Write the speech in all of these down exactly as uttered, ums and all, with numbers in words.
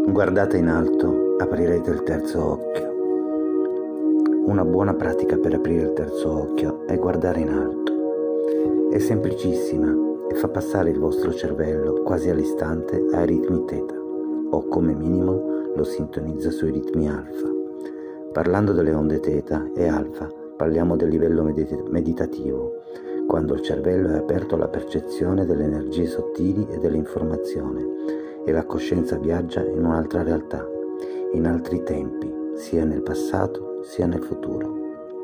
Guardate in alto, aprirete il terzo occhio. Una buona pratica per aprire il terzo occhio è guardare in alto. È semplicissima e fa passare il vostro cervello quasi all'istante ai ritmi teta, o come minimo lo sintonizza sui ritmi alfa. Parlando delle onde teta e alfa, parliamo del livello medit- meditativo, quando il cervello è aperto alla percezione delle energie sottili e dell'informazione e la coscienza viaggia in un'altra realtà, in altri tempi, sia nel passato sia nel futuro.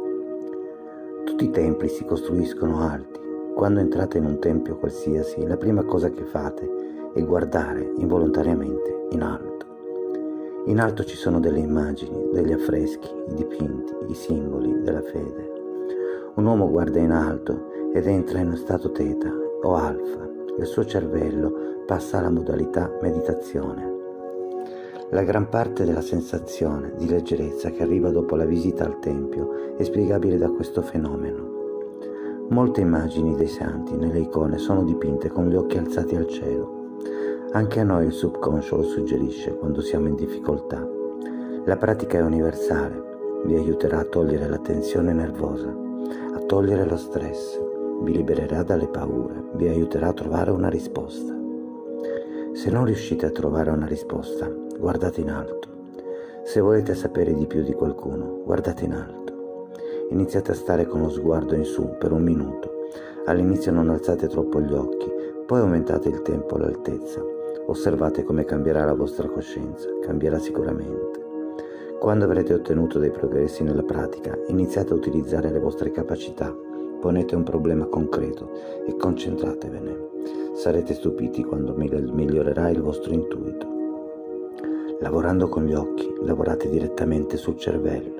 Tutti i templi si costruiscono alti. Quando entrate in un tempio qualsiasi, la prima cosa che fate è guardare involontariamente in alto. In alto ci sono delle immagini, degli affreschi, i dipinti, i simboli della fede. Un uomo guarda in alto ed entra in uno stato teta o alfa. Il suo cervello passa alla modalità meditazione. La gran parte della sensazione di leggerezza che arriva dopo la visita al tempio è spiegabile da questo fenomeno. Molte immagini dei santi nelle icone sono dipinte con gli occhi alzati al cielo. Anche a noi il subconscio lo suggerisce quando siamo in difficoltà. La pratica è universale, vi aiuterà a togliere la tensione nervosa, a togliere lo stress, vi libererà dalle paure, vi aiuterà a trovare una risposta. Se non riuscite a trovare una risposta, guardate in alto. Se volete sapere di più di qualcuno, guardate in alto. Iniziate a stare con lo sguardo in su per un minuto. All'inizio non alzate troppo gli occhi, poi aumentate il tempo e l'altezza. Osservate come cambierà la vostra coscienza, cambierà sicuramente. Quando avrete ottenuto dei progressi nella pratica, iniziate a utilizzare le vostre capacità. Ponete un problema concreto e concentratevene. Sarete stupiti quando migliorerà il vostro intuito. Lavorando con gli occhi, lavorate direttamente sul cervello.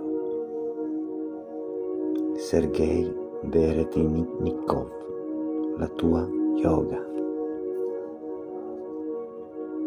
Sergei Veretinnikov, la tua yoga.